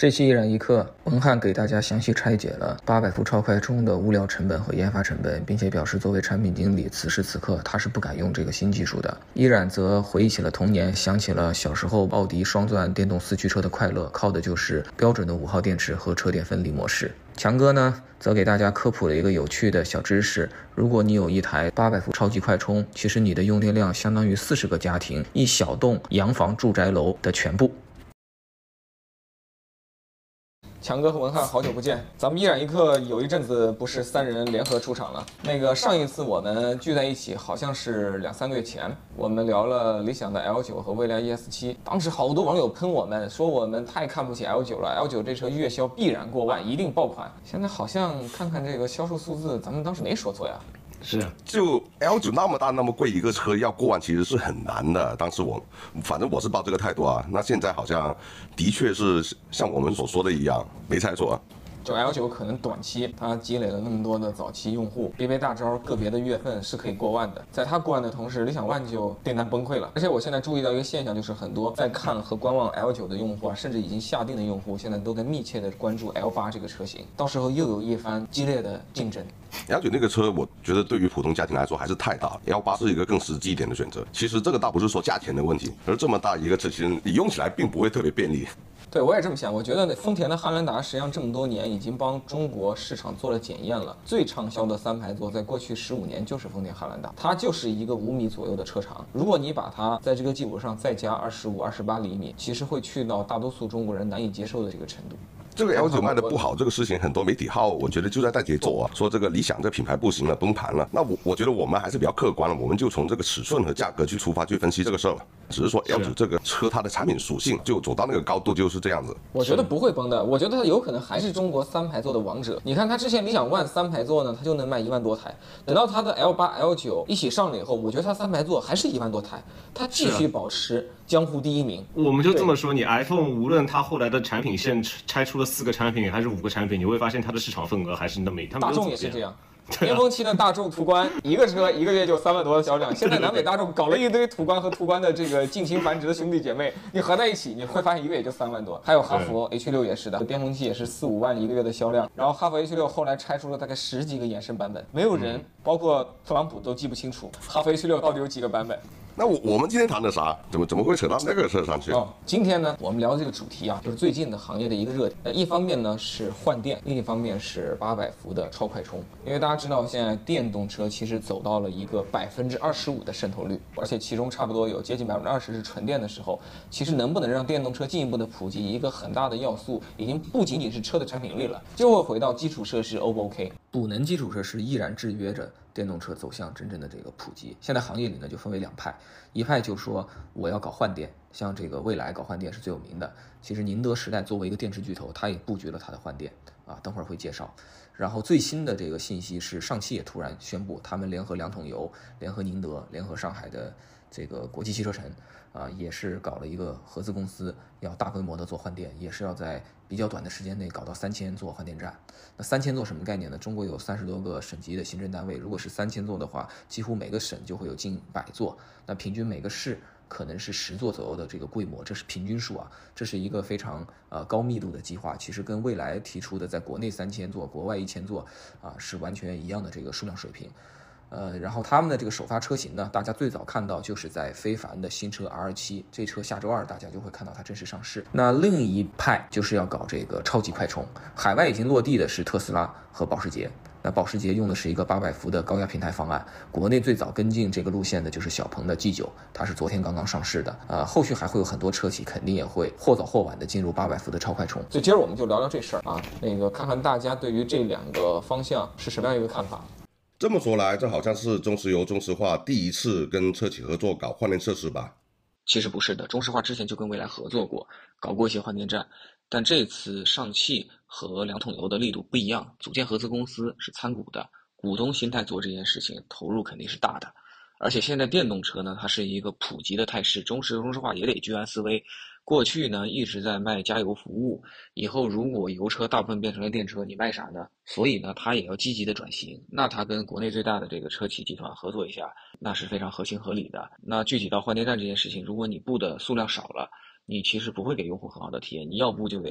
这期一燃一课，文翰给大家详细拆解了800伏超快充的物料成本和研发成本，并且表示作为产品经理，此时此刻他是不敢用这个新技术的。依然则回忆起了童年，想起了小时候奥迪双钻电动四驱车的快乐，靠的就是标准的5号电池和车电分离模式。强哥呢，则给大家科普了一个有趣的小知识：如果你有一台800伏超级快充，其实你的用电量相当于40个家庭一小栋洋房住宅楼的全部。强哥和文翰，好久不见！咱们一燃一课有一阵子不是3人联合出场了。上一次我们聚在一起，好像是2-3个月前，我们聊了理想的 L9 和蔚来 ES7。当时好多网友喷我们，说我们太看不起 L9 了 ，L9 这车月销必然过万，一定爆款。现在好像看看这个销售数字，咱们当时没说错呀。 是，就 L9 那么大那么贵一个车要过万其实是很难的。当时反正我是抱这个态度啊。那现在好像的确是像我们所说的一样，没猜错啊。 就 L9 可能短期它积累了那么多的早期用户，别大招，个别的月份是可以过万的。在它过万的同时，理想ONE就订单崩溃了。而且我现在注意到一个现象，就是很多在看和观望 L9 的用户啊，甚至已经下定的用户，现在都在密切的关注 L8 这个车型，到时候又有一番激烈的竞争。 L9 那个车，我觉得对于普通家庭来说还是太大了。L8是一个更实际一点的选择。其实这个倒不是说价钱的问题，而这么大一个车，其实你用起来并不会特别便利。 对，我也这么想。我觉得丰田的汉兰达实际上这么多年已经帮中国市场做了检验了。最畅销的3排座，在过去15年就是丰田汉兰达，它就是一个5米左右的车长。如果你把它在这个基础上再加25、28厘米，其实会去到大多数中国人难以接受的这个程度。 这个 L9 卖的不好，这个事情很多媒体号我觉得就在带节奏啊，说这个理想这品牌不行了，崩盘了。那我觉得我们还是比较客观了，我们就从这个尺寸和价格去出发去分析这个事儿了。只是说 L9 这个车它的产品属性就走到那个高度就是这样子。 我觉得不会崩的，我觉得它有可能还是中国3排座的王者。你看它之前理想ONE3排座呢，它就能卖1万多台，等到它的 L8、L9 一起上了以后，我觉得它3排座还是1万多台，它继续保持江湖第一名。 我们就这么说，你 iPhone 无论它后来的产品线拆出了4个产品还是5个产品，你会发现它的市场份额还是那么他们大众也是这样。巅峰期的大众途观，一个车1个月就3万多的销量。现在南北大众搞了一堆途观和途观的这个近亲繁殖的兄弟姐妹，你合在一起，你会发现1个月就3万多。还有哈弗 H6 也是的，巅峰期也是4、5万1个月的销量。然后哈弗 H6 后来拆出了大概10几个衍生版本，没有人，包括特朗普都记不清楚哈弗 H6 到底有几个版本。 那我们今天谈的啥？怎么会扯到那个车上去？ 今天呢，我们聊的这个主题啊，就是最近的行业的一个热点。一方面呢是换电，另一方面是800伏的超快充。因为大家知道，现在电动车其实走到了一个25%的渗透率，而且其中差不多有接近20%是纯电的时候，其实能不能让电动车进一步的普及，一个很大的要素已经不仅仅是车的产品力了，就会回到基础设施 O 不 OK？ 补能基础设施依然制约着电动车走向真正的这个普及。现在行业里呢就分为2派，一派就说我要搞换电，像这个蔚来搞换电是最有名的。其实宁德时代作为一个电池巨头，它也布局了它的换电啊，等会儿会介绍。然后最新的这个信息是上汽也突然宣布，他们联合2桶油、联合宁德、联合上海的这个国际汽车城啊，也是搞了一个合资公司，要大规模的做换电，也是要在比较短的时间内搞到3000座换电站。那3000座什么概念呢？中国有30多个省级的行政单位，如果是3000座的话，几乎每个省就会有近100座，那平均每个市可能是10座左右的这个规模，这是平均数啊，这是一个非常高密度的计划，其实跟蔚来提出的在国内3000座、国外1000座啊是完全一样的这个数量水平。然后他们的这个首发车型呢，大家最早看到就是在非凡的新车 R7， 这车下周2大家就会看到它正式上市。那另一派就是要搞这个超级快充，海外已经落地的是特斯拉和保时捷。那保时捷用的是一个800伏的高压平台方案，国内最早跟进这个路线的就是小鹏的 G9， 它是昨天刚刚上市的。后续还会有很多车企肯定也会或早或晚的进入800伏的超快充。所以今儿我们就聊聊这事儿啊，看看大家对于这2个方向是什么样一个看法。 这么说来，这好像是中石油、中石化第一次跟车企合作搞换电设施吧？ 其实不是的，中石化之前就跟蔚来合作过，搞过一些换电站，但这次上汽和2桶油的力度不一样，组建合资公司是参股的，股东心态做这件事情，投入肯定是大的。而且现在电动车呢，它是一个普及的态势，中石油、中石化也得居安思危。过去呢一直在卖加油服务，以后如果油车大部分变成了电车，你卖啥呢？所以呢，它也要积极的转型。那它跟国内最大的这个车企集团合作一下，那是非常合情合理的。那具体到换电站这件事情，如果你布的数量少了，你其实不会给用户很好的体验，你要布就得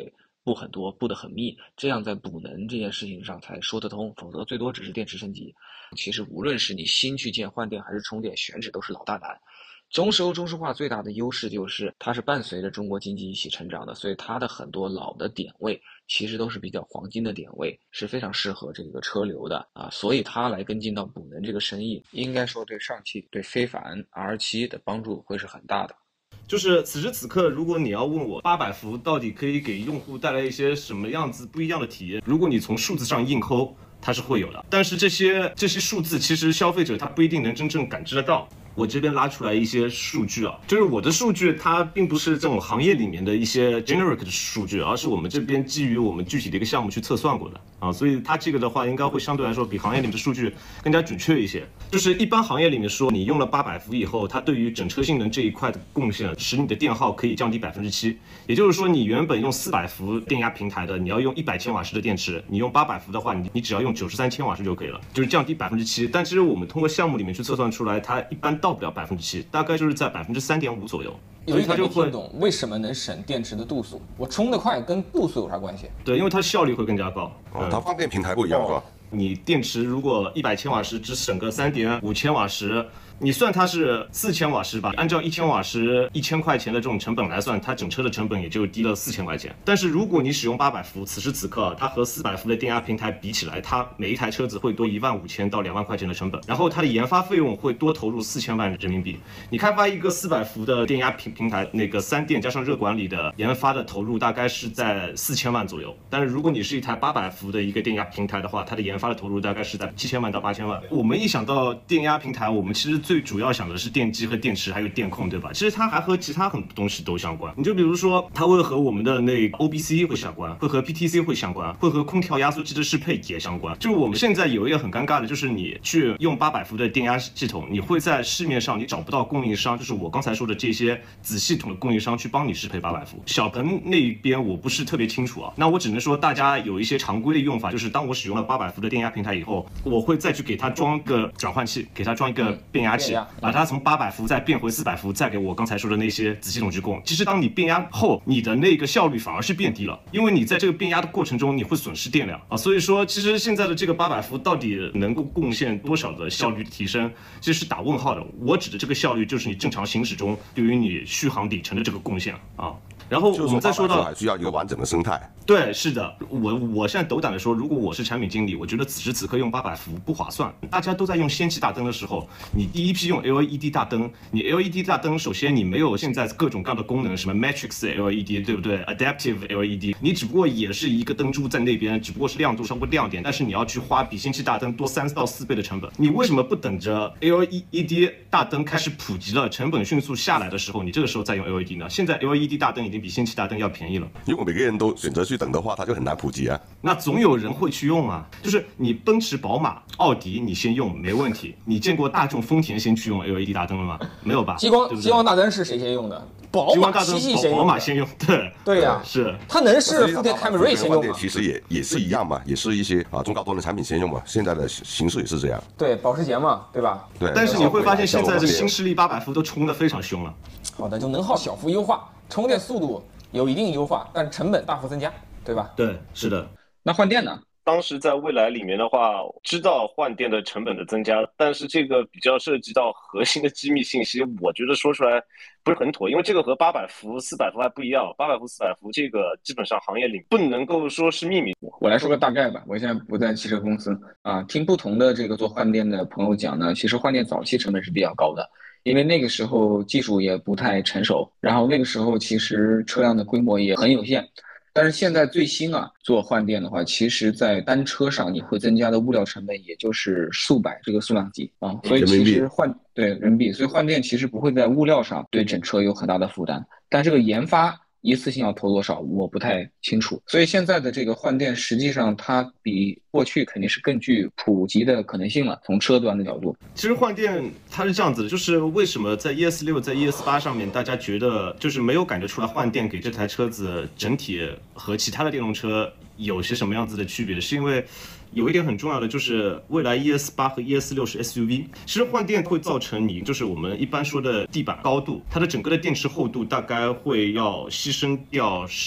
布很多，布得很密，这样在补能这件事情上才说得通，否则最多只是电池升级。其实无论是你新去建换电还是充电，选址都是老大难。中石油中石化最大的优势就是它是伴随着中国经济一起成长的，所以它的很多老的点位其实都是比较黄金的点位，是非常适合这个车流的所以它来跟进到补能这个生意，应该说对上汽对非凡 R7 的帮助会是很大的。 就是此时此刻，如果你要问我800伏到底可以给用户带来一些什么样子不一样的体验，如果你从数字上硬抠，它是会有的，但是这些数字其实消费者他不一定能真正感知得到。我这边拉出来一些数据就是我的数据它并不是这种行业里面的一些 generic 的数据，而是我们这边基于我们具体的一个项目去测算过的所以它这个的话应该会相对来说比行业里面的数据更加准确一些。就是一般行业里面说，你用了800伏以后，它对于整车性能这一块的贡献，使你的电耗可以降低7%。也就是说，你原本用400伏电压平台的，你要用100千瓦时的电池，你用800伏的话，你只要用93千瓦时就可以了，就是降低7%。但其实我们通过项目里面去测算出来，它一般到不了7%，大概就是在3.5%左右。 有一点没听懂，为什么能省电池的度数？我充得快跟度数有啥关系？ 对，因为它效率会更加高。 它放电平台不一样是吧？ 你电池如果100千瓦时只省个3.5千瓦时，你算它是4000瓦时吧，按照1000瓦时1000块钱的这种成本来算，它整车的成本也就低了4000块钱。但是如果你使用800伏，此时此刻它和400伏的电压平台比起来，它每一台车子会多15000到2万块钱的成本，然后它的研发费用会多投入4000万人民币。你开发一个400伏的电压平台，那个3电加上热管理的研发的投入大概是在4000万左右。但是如果你是一台800伏的一个电压平台的话，它的研发的投入大概是在7000万到8000万。我们一想到电压平台，我们其实最主要想的是电机和电池还有电控，对吧？其实它还和其他很多东西都相关。你就比如说，它会和我们的那个 OBC 会相关，会和 PTC 会相关，会和空调压缩机的适配也相关。就是我们现在有一个很尴尬的，就是你去用800伏的电压系统，你会在市面上你找不到供应商，就是我刚才说的这些子系统的供应商去帮你适配800伏。小鹏那边我不是特别清楚那我只能说大家有一些常规的用法，就是当我使用了800伏的电压平台以后，我会再去给它装个转换器，给它装一个变压器，把它从800伏再变回400伏，再给我刚才说的那些子系统去供。其实当你变压后，你的那个效率反而是变低了，因为你在这个变压的过程中你会损失电量所以说其实现在的这个800伏到底能够贡献多少的效率提升，其实是打问号的。我指的这个效率就是你正常行驶中对于你续航里程的这个贡献然后我们再说到还需要一个完整的生态。 对，是的，我现在斗胆的说，如果我是产品经理，我觉得此时此刻用800伏不划算。大家都在用氙气大灯的时候，你第一批用 LED 大灯，你 LED 大灯首先你没有现在各种各样的功能，什么 Matrix LED 对不对 ？Adaptive LED， 你只不过也是一个灯珠在那边，只不过是亮度稍微亮点，但是你要去花比氙气大灯多3到4倍的成本。你为什么不等着 LED 大灯开始普及了，成本迅速下来的时候，你这个时候再用 LED 呢？现在 LED 大灯已经比氙气大灯要便宜了。 如果每个人都选择去等的话，它就很难普及那总有人会去用就是你奔驰、宝马、奥迪，你先用没问题。你见过大众、丰田先去用 LED 大灯了吗？没有吧？ 激光大灯是谁先用的？宝马、七系先用。 宝马先用，对呀， 是。 它能是丰田凯美瑞先用吗？ 其实也是一样嘛，也是一些中高端的产品先用嘛。现在的形式也是这样。 对，保时捷嘛，对吧？ 对。 但是你会发现现在的新势力800伏都冲得非常凶了。 好的，就能耗小幅优化，充电速度有一定优化，但成本大幅增加，对吧？ 对，是的。 那换电呢？ 当时在未来里面的话，知道换电的成本的增加，但是这个比较涉及到核心的机密信息，我觉得说出来不是很妥，因为这个和800伏、400伏还不一样。800伏、400伏这个基本上行业里不能够说是秘密。 我来说个大概吧，我现在不在汽车公司听不同的这个做换电的朋友讲呢，其实换电早期成本是比较高的。因为那个时候技术也不太成熟，然后那个时候其实车辆的规模也很有限。但是现在最新做换电的话，其实在单车上你会增加的物料成本也就是数百这个数量级所以其实对人民币，所以换电其实不会在物料上对整车有很大的负担，但这个研发一次性要投多少我不太清楚，所以现在的这个换电实际上它比过去肯定是更具普及的可能性了，从车端的角度。 其实换电它是这样子的，就是为什么在 ES6 在 ES8 上面大家觉得就是没有感觉出来换电给这台车子整体和其他的电动车有些什么样子的区别，是因为有一点很重要的，就是未来 ES8 和 ES6 是 SUV， 其实换电会造成你就是我们一般说的地板高度，它的整个的电池厚度大概会要牺牲掉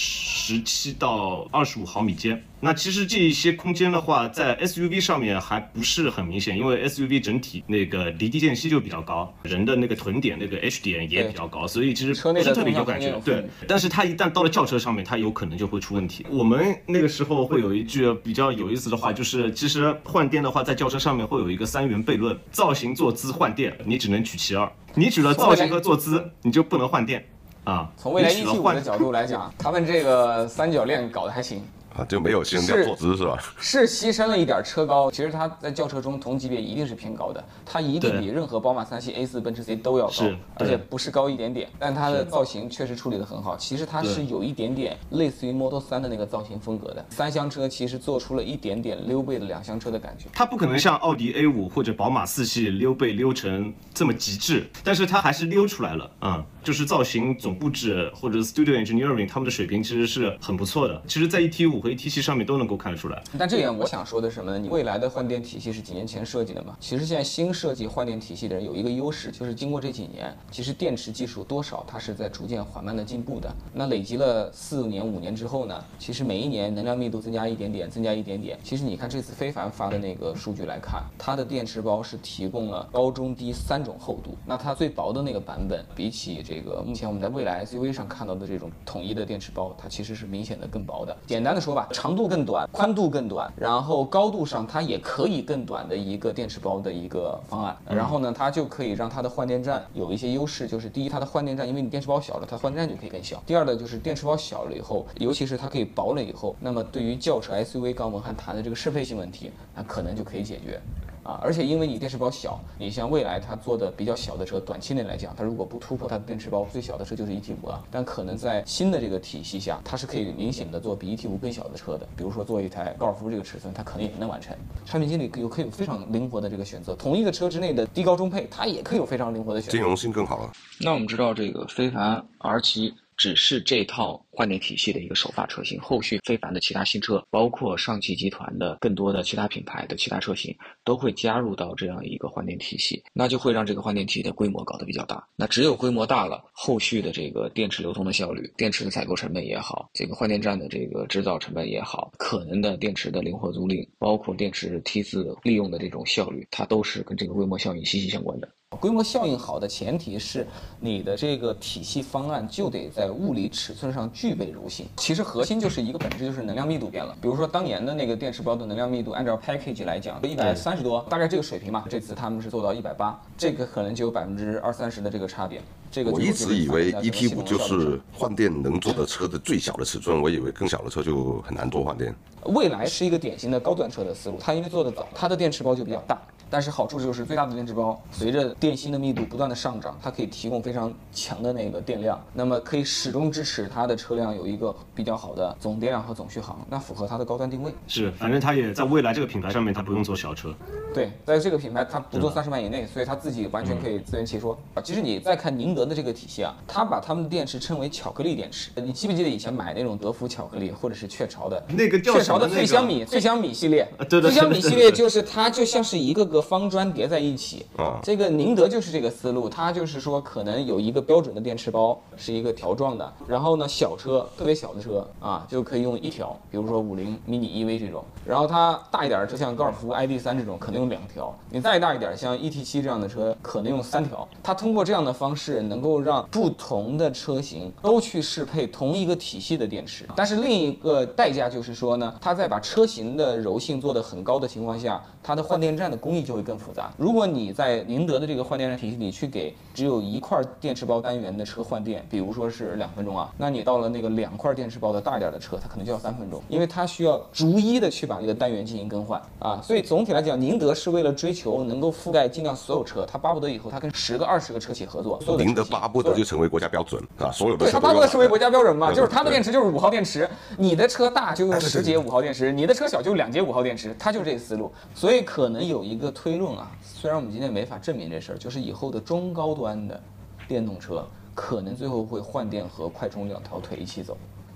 17到25毫米间。那其实这一些空间的话，在 SUV 上面还不是很明显，因为 SUV 整体那个离地间隙就比较高，人的那个臀点那个 H 点也比较高，所以其实不是特别有感觉。对，但是它一旦到了轿车上面，它有可能就会出问题。我们那个时候会有一句比较有意思的话，就是其实换电的话，在轿车上面会有一个3元悖论：造型、坐姿、换电，你只能取其二。你取了造型和坐姿，你就不能换电啊。 从未来175的角度来讲，他们这个三角恋搞得还行。 就没有牺牲掉坐姿是吧？ 是牺牲了一点车高，其实它在轿车中同级别一定是偏高的，它一定比任何宝马3系、A4、奔驰 C 都要高，而且不是高一点点。但它的造型确实处理得很好，其实它是有一点点类似于 Model 3的那个造型风格的。3厢车其实做出了一点点溜背的2厢车的感觉。 它不可能像奥迪 A5 或者宝马4系溜背溜成这么极致，但是它还是溜出来了。就是造型、总布置或者 Studio Engineering 他们的水平其实是很不错的。其实，在 ET5和 ET7 上面都能够看得出来。 但这点我想说的是什么呢？你未来的换电体系是几年前设计的嘛？其实现在新设计换电体系的人有一个优势，就是经过这几年，其实电池技术多少它是在逐渐缓慢的进步的。那累积了4年5年之后呢，其实每一年能量密度增加一点点，增加一点点。其实你看这次非凡发的那个数据来看，它的电池包是提供了高中低3种厚度。那它最薄的那个版本，比起这个目前我们在未来 SUV 上看到的这种统一的电池包，它其实是明显的更薄的。简单的说吧，长度更短，宽度更短，然后高度上它也可以更短的一个电池包的一个方案。然后呢，它就可以让它的换电站有一些优势，就是第一，它的换电站因为你电池包小了，它换电站就可以更小。第二的就是电池包小了以后，尤其是它可以薄了以后，那么对于轿车 SUV 刚文翰谈的这个适配性问题，那可能就可以解决。而且因为你电池包小，你像未来它做的比较小的车，短期内来讲，它如果不突破它的电池包，最小的车就是 ET5了。但可能在新的这个体系下，它是可以明显的做比 ET5更小的车的。比如说做一台高尔夫这个尺寸，它可能也能完成。产品经理可以有非常灵活的这个选择，同一个车之内的低高中配，它也可以有非常灵活的选择。 兼容性更好了。 那我们知道这个非凡 R7只是这套换电体系的一个首发车型，后续非凡的其他新车，包括上汽集团的更多的其他品牌的其他车型，都会加入到这样一个换电体系，那就会让这个换电体的规模搞得比较大。那只有规模大了，后续的这个电池流通的效率、电池的采购成本也好，这个换电站的这个制造成本也好，可能的电池的灵活租赁，包括电池梯次利用的这种效率，它都是跟这个规模效应息息相关的。 规模效应好的前提是你的这个体系方案就得在物理尺寸上具备柔性。其实核心就是一个本质，就是能量密度变了。比如说当年的那个电池包的能量密度，按照 package 来讲，130多，大概这个水平嘛。这次他们是做到180，这个可能就有20-30%的这个差别。这个我一直以为 ET5 就是换电能做的车的最小的尺寸，我以为更小的车就很难做换电。 蔚来是一个典型的高端车的思路，它因为做得早，它的电池包就比较大。但是好处就是最大的电池包随着电芯的密度不断的上涨，它可以提供非常强的那个电量，那么可以始终支持它的车辆有一个比较好的总电量和总续航，那符合它的高端定位。 是，反正它也在蔚来这个品牌上面，它不用做小车。 对，在这个品牌它不做30万以内，所以它自己完全可以自圆其说。其实你再看宁德的这个体系啊，它把他们的电池称为巧克力电池。你记不记得以前买那种德芙巧克力或者是雀巢的那个雀巢的脆香米系列？ 对， 脆香米系列就是它就像是一个个方砖叠在一起啊。这个宁德就是这个思路，它就是说可能有一个标准的电池包是一个条状的，然后呢小车特别小的车啊就可以用1条，比如说50 mini EV 这种，然后它大一点就像高尔夫 ID.3 这种可能用2条，你再大一点像 ET7 这样的车可能用3条。它通过这样的方式能够让不同的车型都去适配同一个体系的电池，但是另一个代价就是说呢，它在把车型的柔性做得很高的情况下，它的换电站的工艺就会更复杂。如果你在宁德的这个换电站体系里去给只有1块电池包单元的车换电，比如说是2分钟啊，那你到了那个2块电池包的大一点的车，它可能就要3分钟，因为它需要逐一的去把这个单元进行更换啊。所以总体来讲，宁德是为了追求能够覆盖尽量所有车，它巴不得以后它跟10个20个车企合作。 宁德巴不得就成为国家标准啊，所有的车对，它巴不得成为国家标准嘛，就是它的电池就是5号电池，你的车大就用10节5号电池，你的车小就2节5号电池，它就是这个思路。所以可能有一个推论啊，虽然我们今天没法证明这事儿，就是以后的中高端的电动车可能最后会换电和快充2条腿一起走。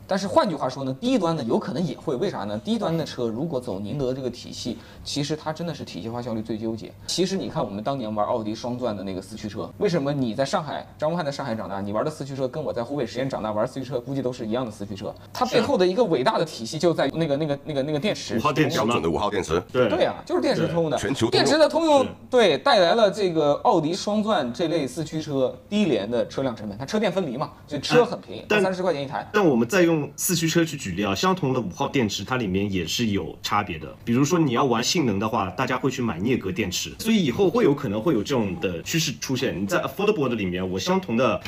但是换句话说呢，低端的有可能也会，为啥呢？低端的车如果走宁德这个体系，其实它真的是体系化效率最纠结。其实你看我们当年玩奥迪双钻的那个四驱车，为什么你在上海，张文瀚在上海长大，你玩的四驱车跟我在湖北实验长大玩四驱车估计都是一样的四驱车，它背后的一个伟大的体系就在于那个电池， 5号电池标准的5号电池， 对啊，就是电池通用的， 全球通用电池的通用，对，带来了这个奥迪双钻这类四驱车低廉的车辆成本，它车电分离嘛，所以车很便宜，30块钱一台。 但我们再用四驱车去举例啊，相同的5号电池，它里面也是有差别的。比如说你要玩性能的话，大家会去买镍镉电池，所以以后会有可能会有这种的趋势出现。你在 affordable 的里面，我相同的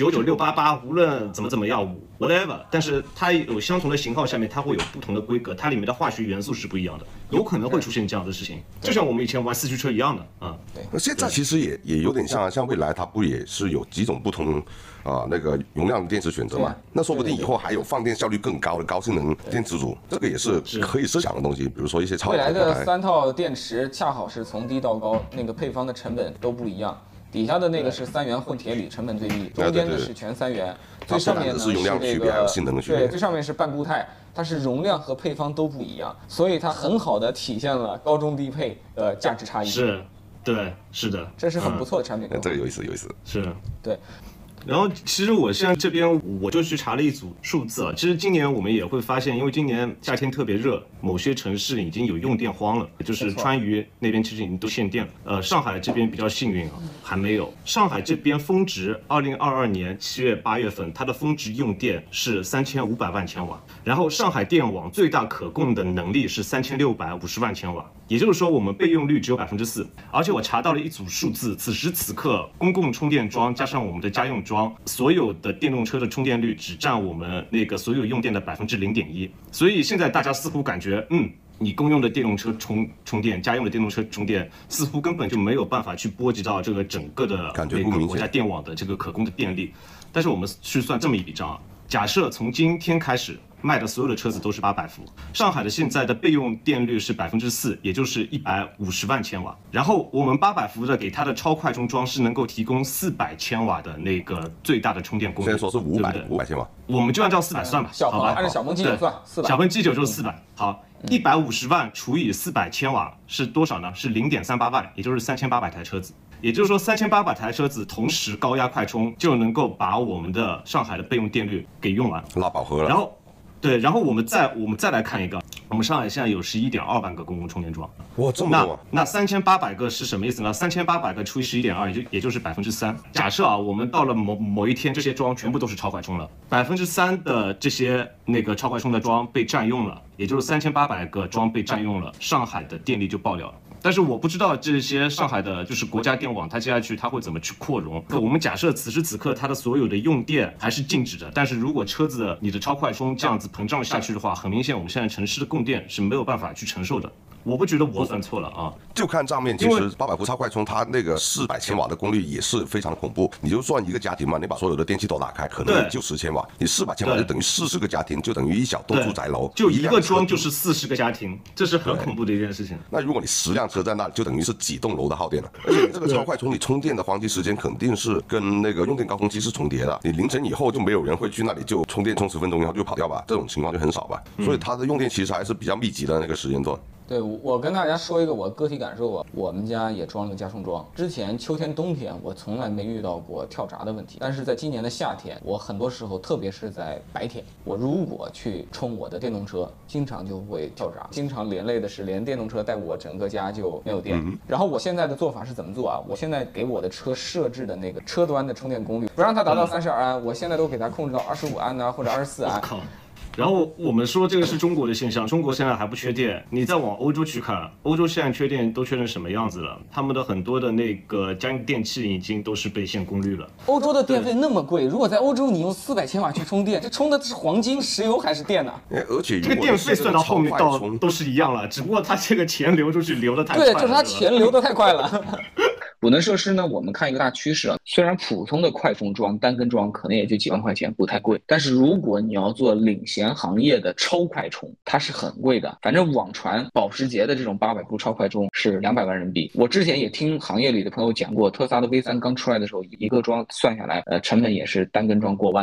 99688，无论怎么样 whatever， 但是它有相同的型号下面，它会有不同的规格，它里面的化学元素是不一样的，有可能会出现这样的事情，就像我们以前玩四驱车一样的啊。 对， 那现在其实也有点像未来它不也是有几种不同那个容量的电池选择嘛？那说不定以后还有放电效率更高的高性能电池组，这个也是可以设想的东西。比如说一些超未来的3套电池恰好是从低到高，那个配方的成本都不一样。底下的那个是3元混铁锂，成本最低；中间的是全3元，最上面呢是容量区别还有性能的区别。 对，最上面是半固态，它是容量和配方都不一样，所以它很好的体现了高中低配的价值差异。 是，对，是的， 这是很不错的产品。 这个有意思。 是， 对。 然后其实我现在这边我就去查了一组数字啊，其实今年我们也会发现，因为今年夏天特别热，某些城市已经有用电荒了，就是川渝那边其实已经都限电了。上海这边比较幸运啊，还没有。上海这边峰值2022年7月8月份，它的峰值用电是3500万千瓦，然后上海电网最大可供的能力是3650万千瓦。也就是说，我们备用率只有4%，而且我查到了一组数字，此时此刻公共充电桩加上我们的家用桩，所有的电动车的充电率只占我们那个所有用电的0.1%。所以现在大家似乎感觉，你公用的电动车充电，家用的电动车充电，似乎根本就没有办法去波及到这个整个的那个国家电网的这个可供的电力。但是我们去算这么一笔账啊，假设从今天开始卖的所有的车子都是800伏，上海的现在的备用电率是4%，也就是150万千瓦。然后我们800伏的给它的超快充桩是能够提供400千瓦的那个最大的充电功率。 现在说是500千瓦， 我们就按照400算吧，好吧？ 按照小鹏基9算400， 小鹏基9就是400。好，150万除以400千瓦是多少呢？是0.38万，也就是3800台车子。也就是说，3800台车子同时高压快充就能够把我们的上海的备用电率给用完， 拉饱和了。 然后我们再来看一个，我们上海现在有11.2万个公共充电桩。 哇，这么多啊！ 那3800个是什么意思呢？3800个除以11.2，也就是3%。假设啊，我们到了某一天，这些桩全部都是超快充了，3%的这些那个超快充的桩被占用了，也就是3800个桩被占用了，上海的电力就爆掉了。但是我不知道这些上海的就是国家电网，它接下去它会怎么去扩容。我们假设此时此刻它的所有的用电还是静止的，但是如果车子你的超快充这样子膨胀下去的话，很明显我们现在城市的供电是没有办法去承受的。我不觉得我算错了啊， 就看账面，其实800伏超快充它那个400千瓦的功率也是非常恐怖。你就算一个家庭嘛，你把所有的电器都打开，可能就10千瓦，你400千瓦就等于40个家庭，就等于一小栋住宅楼， 就一个桩就是40个家庭，这是很恐怖的一件事情。 那如果你10辆车在那里，就等于是几栋楼的耗电了。而且这个超快充，你充电的黄金时间肯定是跟那个用电高峰期是重叠的。你凌晨以后就没有人会去那里就充电充10分钟，然后就跑掉吧，这种情况就很少吧。所以它的用电其实还是比较密集的那个时间段。 对，我跟大家说一个我个体感受啊，我们家也装了个加充桩。之前秋天、冬天我从来没遇到过跳闸的问题，但是在今年的夏天，我很多时候，特别是在白天，我如果去充我的电动车，经常就会跳闸，经常连累的是连电动车带我整个家就没有电。然后我现在的做法是怎么做啊？我现在给我的车设置的那个车端的充电功率，不让它达到32安，我现在都给它控制到25安啊，或者24安。 然后我们说这个是中国的现象，中国现在还不缺电。你再往欧洲去看，欧洲现在缺电都缺成什么样子了？他们的很多的那个家用电器已经都是被限功率了。 欧洲的电费那么贵，如果在欧洲你用400千瓦去充电，这充的是黄金、石油还是电呢？ 而且这个电费算到后面都是一样了，只不过它这个钱流出去流的太快了。 对，就是它钱流的太快了。 补能设施呢，我们看一个大趋势啊，虽然普通的快充桩、单根桩可能也就几万块钱，不太贵，但是如果你要做领先行业的超快充，它是很贵的。反正网传保时捷的这种800伏超快充是200万人民币。我之前也听行业里的朋友讲过，特斯拉的 V3刚出来的时候，一个桩算下来，成本也是单根桩过万的。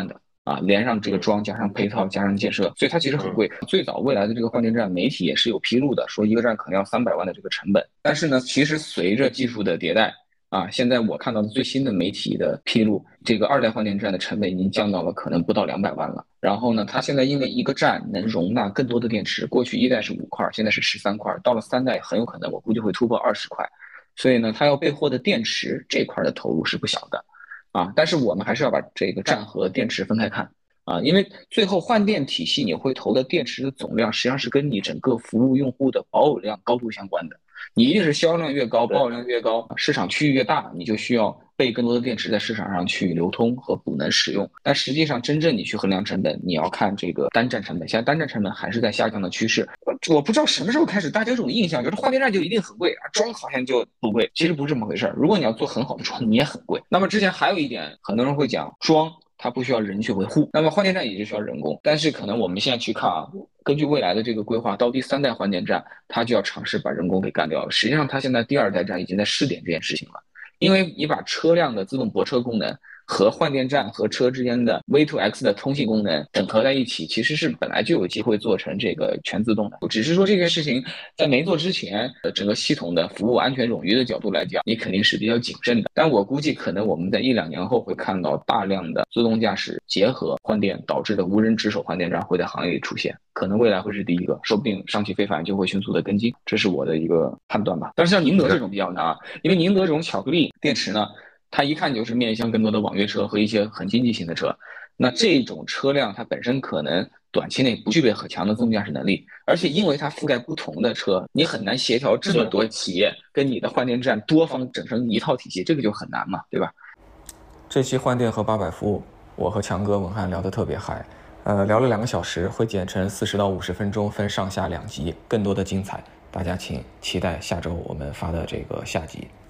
连上这个装，加上配套，加上建设，所以它其实很贵。最早未来的这个换电站，媒体也是有披露的，说一个站可能要300万的这个成本。但是呢，其实随着技术的迭代，现在我看到的最新的媒体的披露，这个2代换电站的成本已经降到了可能不到200万了。然后呢，它现在因为一个站能容纳更多的电池，过去1代是5块，现在是13块，到了3代很有可能我估计会突破20块。所以呢，它要备货的电池这块的投入是不小的。但是我们还是要把这个站和电池分开看因为最后换电体系你会投的电池的总量，实际上是跟你整个服务用户的保有量高度相关的。你一定是销量越高，保有量越高，市场区域越大，你就需要备更多的电池在市场上去流通和补能使用。但实际上，真正你去衡量成本，你要看这个单站成本。现在单站成本还是在下降的趋势。我不知道什么时候开始，大家有种印象，就是换电站就一定很贵装好像就不贵，其实不是这么回事。如果你要做很好的装，你也很贵。那么之前还有一点，很多人会讲装它不需要人去维护，那么换电站也是需要人工。但是可能我们现在去看根据未来的这个规划，到第3代换电站，它就要尝试把人工给干掉了。实际上，它现在第2代站已经在试点这件事情了，因为你把车辆的自动泊车功能和换电站和车之间的 V2X 的通信功能整合在一起，其实是本来就有机会做成这个全自动的。只是说这件事情在没做之前，整个系统的服务安全冗余的角度来讲，你肯定是比较谨慎的。但我估计可能我们在1-2年后会看到大量的自动驾驶结合换电导致的无人值守换电站会在行业里出现，可能未来会是第一个，说不定上汽非凡就会迅速的跟进，这是我的一个判断吧。但是像宁德这种比较难因为宁德这种巧克力电池呢，它一看就是面向更多的网约车和一些很经济型的车，那这种车辆它本身可能短期内不具备很强的自动驾驶能力，而且因为它覆盖不同的车，你很难协调这么多企业跟你的换电站多方整成一套体系，这个就很难嘛，对吧？ 这期换电和800伏，我和强哥文翰聊得特别嗨，聊了2个小时，会剪成40到50分钟，分上下2集，更多的精彩，大家请期待下周我们发的这个下集。